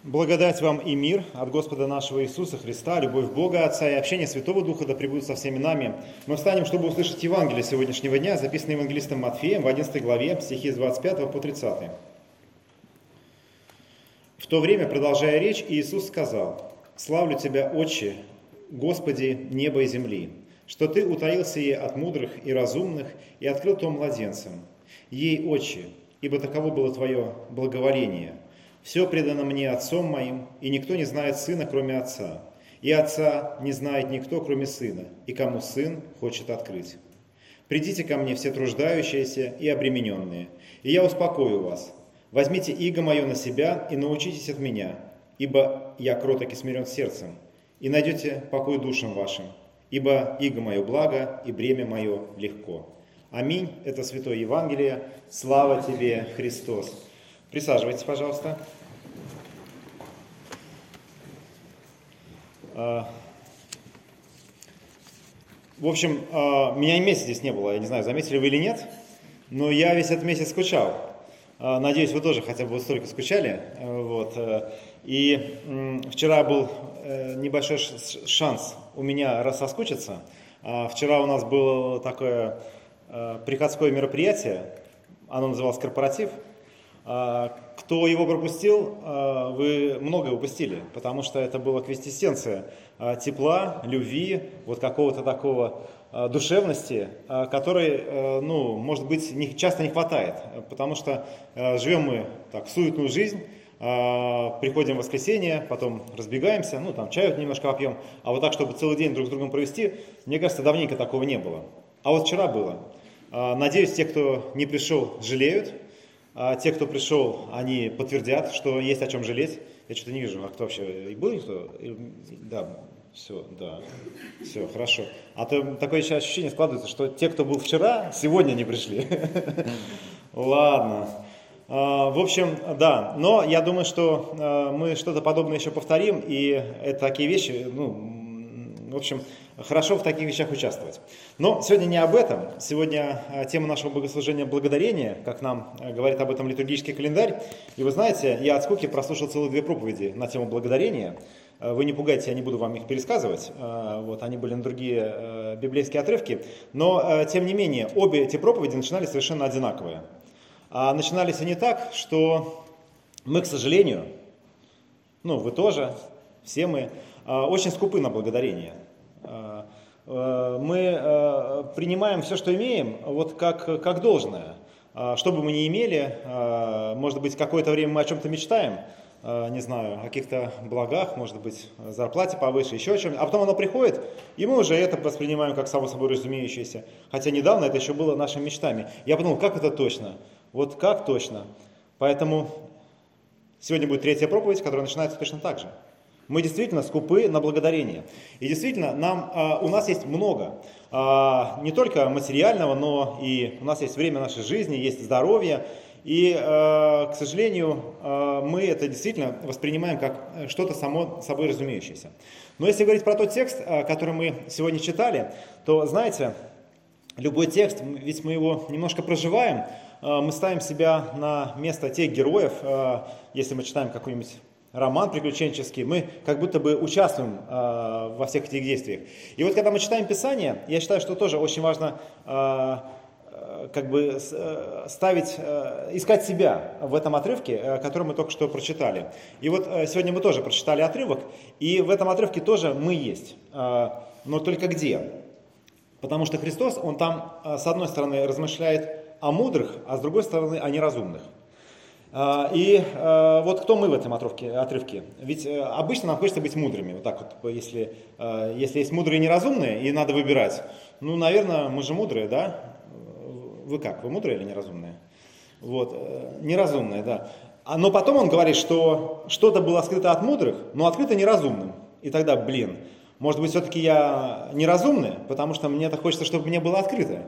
Благодать вам и мир от Господа нашего Иисуса Христа, любовь Бога Отца и общение Святого Духа да пребудут со всеми нами. Мы встанем, чтобы услышать Евангелие сегодняшнего дня, записанное Евангелистом Матфеем в 11 главе, стихи с 25 по 30. В то время, продолжая речь, Иисус сказал: «Славлю Тебя, Отче, Господи неба и земли, что Ты утаил сие от мудрых и разумных и открыл то младенцам. Ей, Отче, ибо таково было Твое благоволение. Все предано мне Отцом моим, и никто не знает Сына, кроме Отца, и Отца не знает никто, кроме Сына, и кому Сын хочет открыть. Придите ко мне все труждающиеся и обремененные, и я успокою вас. Возьмите иго мое на себя и научитесь от меня, ибо я кроток и смирен сердцем, и найдете покой душам вашим, ибо иго мое благо, и бремя мое легко». Аминь. Это Святое Евангелие. Слава Тебе, Христос. Присаживайтесь, пожалуйста. В общем, меня и месяц здесь не было, я не знаю, заметили вы или нет, но я весь этот месяц скучал. Надеюсь, вы тоже хотя бы вот столько скучали. Вот. И вчера был небольшой шанс у меня соскучиться. Вчера у нас было такое приходское мероприятие, оно называлось «Корпоратив». Кто его пропустил, вы многое упустили, потому что это была квинтэссенция тепла, любви, вот какого-то такого душевности, которой, может быть, часто не хватает, потому что живем мы так суетную жизнь, приходим в воскресенье, потом разбегаемся, там чаю немножко попьем, а вот так, чтобы целый день друг с другом провести, мне кажется, давненько такого не было. А вот вчера было. Надеюсь, те, кто не пришел, жалеют. Те, кто пришел, они подтвердят, что есть о чем жалеть. Я что-то не вижу, а кто вообще? И был никто? Да, все, хорошо. А то такое еще ощущение складывается, что те, кто был вчера, сегодня не пришли. Ладно. В общем, да, но я думаю, что мы что-то подобное еще повторим, и это такие вещи, в общем, хорошо в таких вещах участвовать. Но сегодня не об этом. Сегодня тема нашего богослужения — благодарение, как нам говорит об этом литургический календарь. И вы знаете, я от скуки прослушал целых 2 проповеди на тему благодарения. Вы не пугайтесь, я не буду вам их пересказывать. Вот, они были на другие библейские отрывки. Но, тем не менее, обе эти проповеди начинались совершенно одинаковые. А начинались они так, что мы, к сожалению, вы тоже, все мы, очень скупы на благодарение. Мы принимаем все, что имеем, вот как должное. Что бы мы ни имели, может быть, какое-то время мы о чем-то мечтаем, не знаю, о каких-то благах, может быть, зарплате повыше, еще о чем-то, а потом оно приходит, и мы уже это воспринимаем как само собой разумеющееся. Хотя недавно это еще было нашими мечтами. Я подумал, как это точно? Вот как точно? Поэтому сегодня будет 3-я проповедь, которая начинается точно так же. Мы действительно скупы на благодарение. И действительно, у нас есть много, не только материального, но и у нас есть время нашей жизни, есть здоровье. И, к сожалению, мы это действительно воспринимаем как что-то само собой разумеющееся. Но если говорить про тот текст, который мы сегодня читали, то, знаете, любой текст, ведь мы его немножко проживаем, мы ставим себя на место тех героев, если мы читаем какой-нибудь роман приключенческий, мы как будто бы участвуем во всех этих действиях. И вот когда мы читаем Писание, я считаю, что тоже очень важно искать себя в этом отрывке, который мы только что прочитали. И вот сегодня мы тоже прочитали отрывок, и в этом отрывке тоже мы есть. Но только где? Потому что Христос, Он там, с одной стороны, размышляет о мудрых, а с другой стороны, о неразумных. И вот кто мы в этом отрывке? Ведь обычно нам хочется быть мудрыми. Вот так вот, если есть мудрые и неразумные, и надо выбирать. Наверное, мы же мудрые, да? Вы как? Вы мудрые или неразумные? Вот, неразумные, да. Но потом он говорит, что что-то было скрыто от мудрых, но открыто неразумным. И тогда, может быть, все-таки я неразумный, потому что мне-то хочется, чтобы мне было открыто.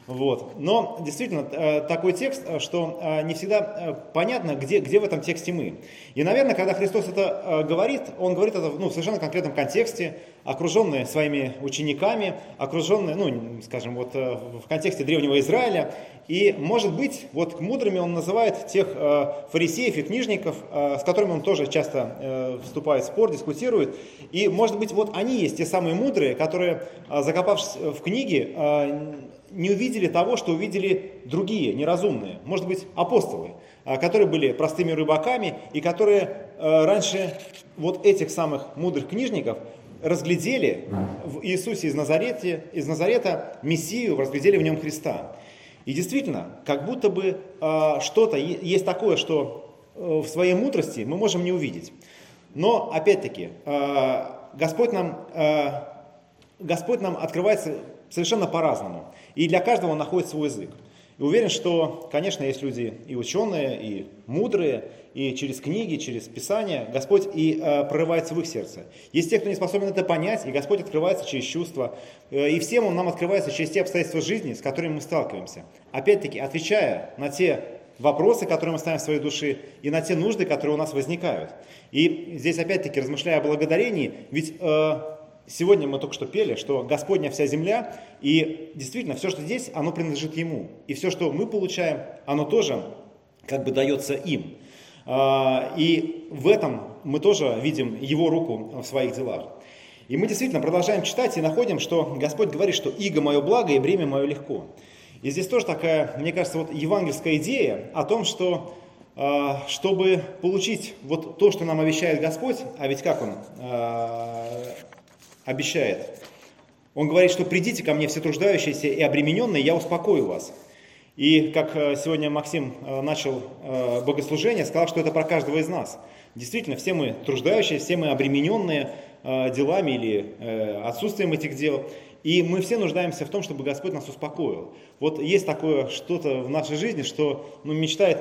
Вот. Но действительно такой текст, что не всегда понятно, где в этом тексте мы. И, наверное, когда Христос это говорит, Он говорит это в совершенно конкретном контексте, окруженный своими учениками, окруженный, скажем, вот в контексте древнего Израиля. И, может быть, вот мудрыми Он называет тех фарисеев и книжников, с которыми Он тоже часто вступает в спор, дискутирует. И, может быть, вот они есть те самые мудрые, которые, закопавшись в книге, не увидели того, что увидели другие, неразумные, может быть, апостолы, которые были простыми рыбаками и которые раньше вот этих самых мудрых книжников разглядели в Иисусе из Назарета Мессию, разглядели в нем Христа. И действительно, как будто бы что-то есть такое, что в своей мудрости мы можем не увидеть. Но, опять-таки, Господь нам открывается совершенно по-разному. И для каждого он находит свой язык. И уверен, что, конечно, есть люди и ученые, и мудрые, и через книги, через Писание Господь и прорывается в их сердце. Есть те, кто не способен это понять, и Господь открывается через чувства. И всем Он нам открывается через те обстоятельства жизни, с которыми мы сталкиваемся. Опять-таки, отвечая на те вопросы, которые мы ставим в своей душе, и на те нужды, которые у нас возникают. И здесь, опять-таки, размышляя о благодарении, ведь сегодня мы только что пели, что Господня вся земля, и действительно все, что здесь, оно принадлежит Ему. И все, что мы получаем, оно тоже как бы дается им. И в этом мы тоже видим Его руку в своих делах. И мы действительно продолжаем читать и находим, что Господь говорит, что «иго мое благо и бремя мое легко». И здесь тоже такая, мне кажется, вот евангельская идея о том, что чтобы получить вот то, что нам обещает Господь, а ведь как Он обещает? Он говорит, что придите ко мне все труждающиеся и обремененные, я успокою вас. И как сегодня Максим начал богослужение, сказал, что это про каждого из нас. Действительно, все мы труждающие, все мы обремененные делами или отсутствием этих дел. И мы все нуждаемся в том, чтобы Господь нас успокоил. Вот есть такое что-то в нашей жизни, что мешает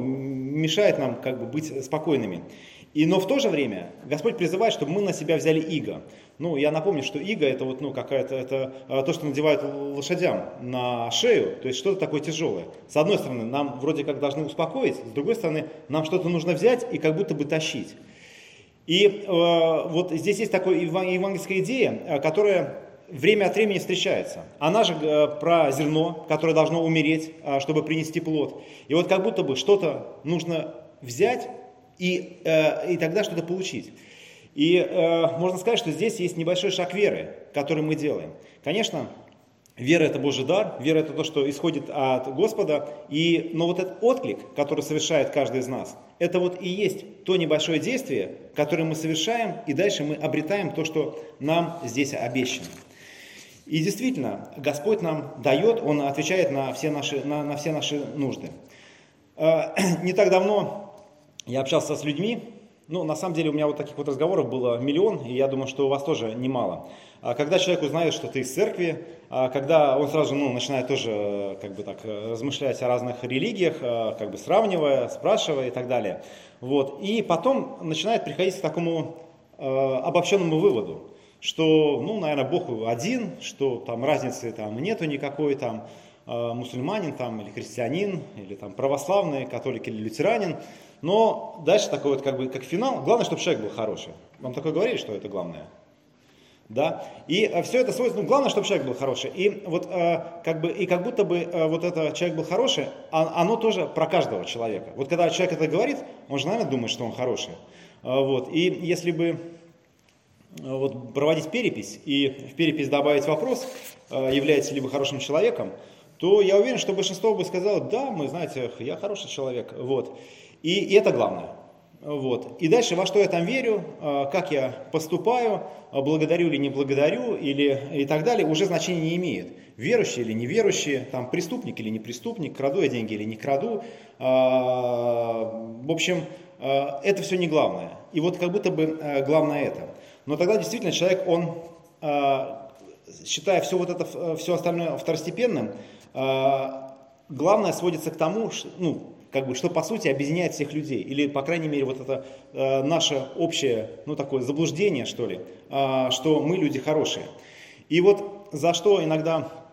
нам как бы быть спокойными. Но в то же время Господь призывает, чтобы мы на себя взяли иго. Я напомню, что иго это это то, что надевают лошадям на шею, то есть что-то такое тяжелое. С одной стороны, нам вроде как должны успокоить, с другой стороны, нам что-то нужно взять и как будто бы тащить. И вот здесь есть такая евангельская идея, которая время от времени встречается. Она же про зерно, которое должно умереть, чтобы принести плод. И вот как будто бы что-то нужно взять и тогда что-то получить. И можно сказать, что здесь есть небольшой шаг веры, который мы делаем. Конечно, вера – это Божий дар, вера – это то, что исходит от Господа. Но вот этот отклик, который совершает каждый из нас, это вот и есть то небольшое действие, которое мы совершаем, и дальше мы обретаем то, что нам здесь обещано. И действительно, Господь нам дает, Он отвечает на все наши нужды. Не так давно я общался с людьми. На самом деле у меня вот таких вот разговоров было миллион, и я думаю, что у вас тоже немало. Когда человек узнает, что ты из церкви, когда он сразу начинает тоже размышлять о разных религиях, сравнивая, спрашивая и так далее. Вот. И потом начинает приходить к такому обобщенному выводу, что, наверное, Бог один, что там разницы нету никакой, мусульманин или христианин, или православный, католик или лютеранин. Но дальше такой вот как финал. Главное, чтобы человек был хороший. Вам такое говорили, что это главное? Да? И все это свойство, главное, чтобы человек был хороший. И вот как будто бы вот это человек был хороший, оно тоже про каждого человека. Вот когда человек это говорит, он же, наверное, думает, что он хороший. Вот. И если бы проводить перепись и в перепись добавить вопрос, является ли вы хорошим человеком, то я уверен, что большинство бы сказало, да, знаете, я хороший человек. Вот. И это главное. Вот. И дальше, во что я там верю, как я поступаю, благодарю или не благодарю, и так далее, уже значения не имеет. Верующие или неверующие, преступник или не преступник, краду я деньги или не краду. В общем, это все не главное. И вот как будто бы главное это. Но тогда действительно человек, он, считая все остальное второстепенным, главное сводится к тому, что по сути объединяет всех людей. Или, по крайней мере, вот это наше общее, такое заблуждение, что ли, что мы люди хорошие. И вот за что иногда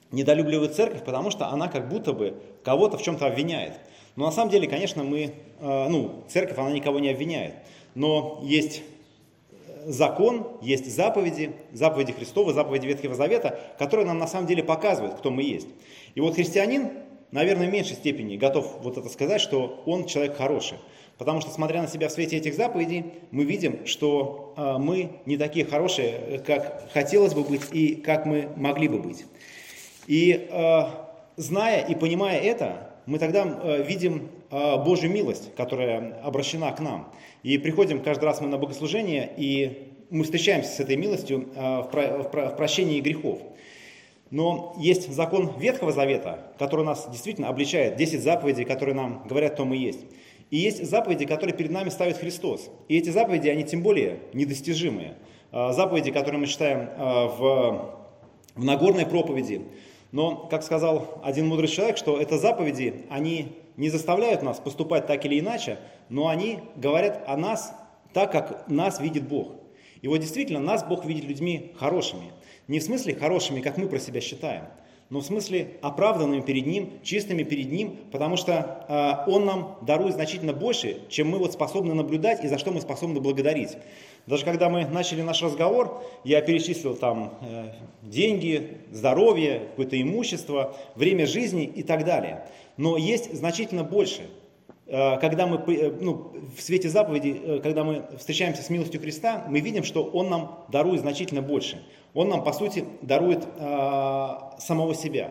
недолюбливают церковь, потому что она как будто бы кого-то в чем-то обвиняет. Но на самом деле, конечно, церковь, она никого не обвиняет. Но есть закон, есть заповеди Христовы, заповеди Ветхого Завета, которые нам на самом деле показывают, кто мы есть. И вот христианин, наверное, в меньшей степени готов вот это сказать, что он человек хороший. Потому что, смотря на себя в свете этих заповедей, мы видим, что мы не такие хорошие, как хотелось бы быть и как мы могли бы быть. И зная и понимая это, мы тогда видим Божью милость, которая обращена к нам. И приходим каждый раз мы на богослужение, и мы встречаемся с этой милостью в прощении грехов. Но есть закон Ветхого Завета, который нас действительно обличает, 10 заповедей, которые нам говорят, кто мы есть. И есть заповеди, которые перед нами ставит Христос. И эти заповеди, они тем более недостижимые. Заповеди, которые мы читаем в Нагорной проповеди. Но, как сказал один мудрый человек, что это заповеди, они не заставляют нас поступать так или иначе, но они говорят о нас так, как нас видит Бог. И вот действительно, нас Бог видит людьми хорошими. Не в смысле хорошими, как мы про себя считаем, но в смысле оправданными перед Ним, чистыми перед Ним, потому что Он нам дарует значительно больше, чем мы способны наблюдать и за что мы способны благодарить. Даже когда мы начали наш разговор, я перечислил там деньги, здоровье, какое-то имущество, время жизни и так далее. Но есть значительно больше. Когда мы, в свете заповедей, когда мы встречаемся с милостью Христа, мы видим, что Он нам дарует значительно больше. Он нам, по сути, дарует самого себя.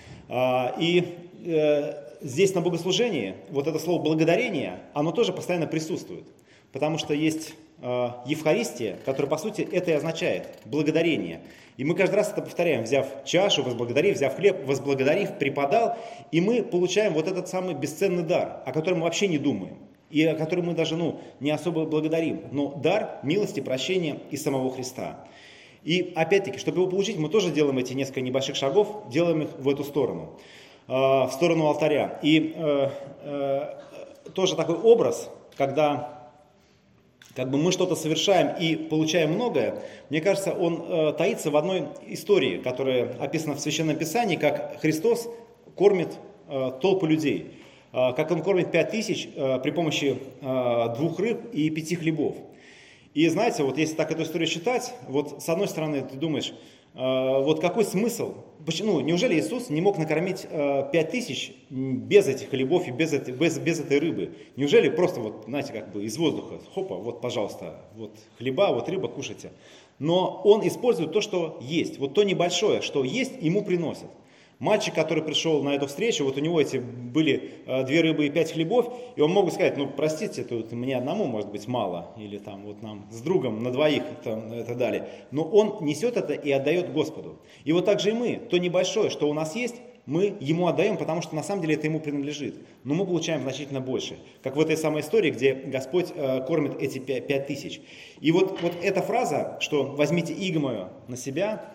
Здесь на богослужении вот это слово «благодарение», оно тоже постоянно присутствует. Потому что есть Евхаристия, которая, по сути, это и означает – благодарение. И мы каждый раз это повторяем, взяв чашу, возблагодарив, взяв хлеб, возблагодарив, преподал, и мы получаем вот этот самый бесценный дар, о котором мы вообще не думаем, и о котором мы даже не особо благодарим, но дар милости, прощения и самого Христа. И опять-таки, чтобы его получить, мы тоже делаем эти несколько небольших шагов, делаем их в эту сторону, в сторону алтаря. И тоже такой образ, когда мы что-то совершаем и получаем многое, мне кажется, он таится в одной истории, которая описана в Священном Писании, как Христос кормит толпы людей, как Он кормит 5000 при помощи 2 рыб и 5 хлебов. И знаете, вот если так эту историю читать, вот с одной стороны ты думаешь, вот какой смысл? Почему? Неужели Иисус не мог накормить 5000 без этих хлебов и без этой рыбы? Неужели просто из воздуха, хопа, вот, пожалуйста, вот хлеба, вот рыба, кушайте. Но Он использует то, что есть, вот то небольшое, что есть, ему приносят. Мальчик, который пришел на эту встречу, вот у него эти были 2 рыбы и 5 хлебов, и он мог бы сказать, простите, тут мне одному может быть мало, или там вот нам с другом на 2 и так далее. Но он несет это и отдает Господу. И вот так же и мы, то небольшое, что у нас есть, мы ему отдаем, потому что на самом деле это ему принадлежит. Но мы получаем значительно больше. Как в этой самой истории, где Господь кормит эти 5000. И вот эта фраза, что возьмите иго мое на себя,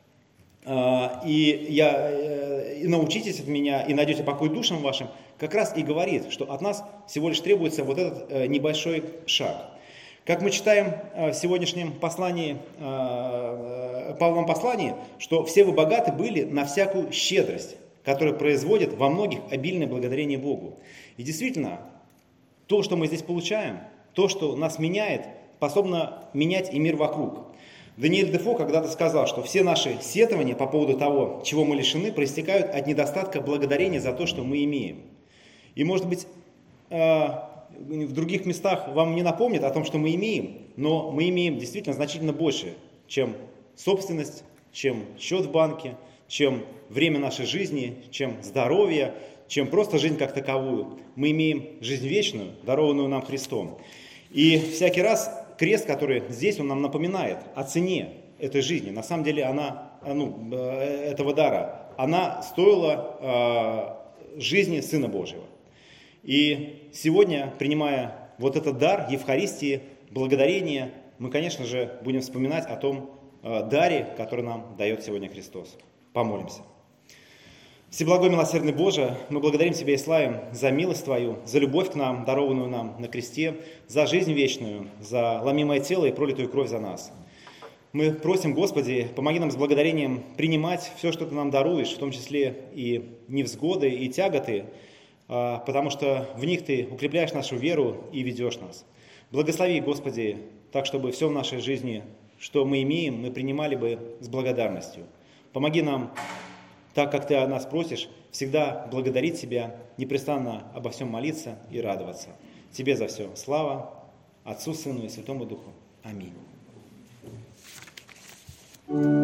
и научитесь от меня, и найдете покой душам вашим, как раз и говорит, что от нас всего лишь требуется вот этот небольшой шаг. Как мы читаем в сегодняшнем послании, Павловом послании, что все вы богаты были на всякую щедрость, которая производит во многих обильное благодарение Богу. И действительно, то, что мы здесь получаем, то, что нас меняет, способно менять и мир вокруг. Даниэль Дефо когда-то сказал, что все наши сетования по поводу того, чего мы лишены, проистекают от недостатка благодарения за то, что мы имеем. И, может быть, в других местах вам не напомнят о том, что мы имеем, но мы имеем действительно значительно больше, чем собственность, чем счет в банке, чем время нашей жизни, чем здоровье, чем просто жизнь как таковую. Мы имеем жизнь вечную, дарованную нам Христом. И всякий раз крест, который здесь, он нам напоминает о цене этой жизни. На самом деле этого дара, она стоила жизни Сына Божьего. И сегодня, принимая вот этот дар Евхаристии, благодарения, мы, конечно же, будем вспоминать о том даре, который нам дает сегодня Христос. Помолимся. Всеблагой милосердный Боже, мы благодарим Тебя и славим за милость Твою, за любовь к нам, дарованную нам на кресте, за жизнь вечную, за ломимое тело и пролитую кровь за нас. Мы просим, Господи, помоги нам с благодарением принимать все, что Ты нам даруешь, в том числе и невзгоды, и тяготы, потому что в них Ты укрепляешь нашу веру и ведешь нас. Благослови, Господи, так, чтобы все в нашей жизни, что мы имеем, мы принимали бы с благодарностью. Помоги нам, так как Ты о нас просишь, всегда благодарить Тебя, непрестанно обо всем молиться и радоваться. Тебе за все слава, Отцу, Сыну и Святому Духу. Аминь.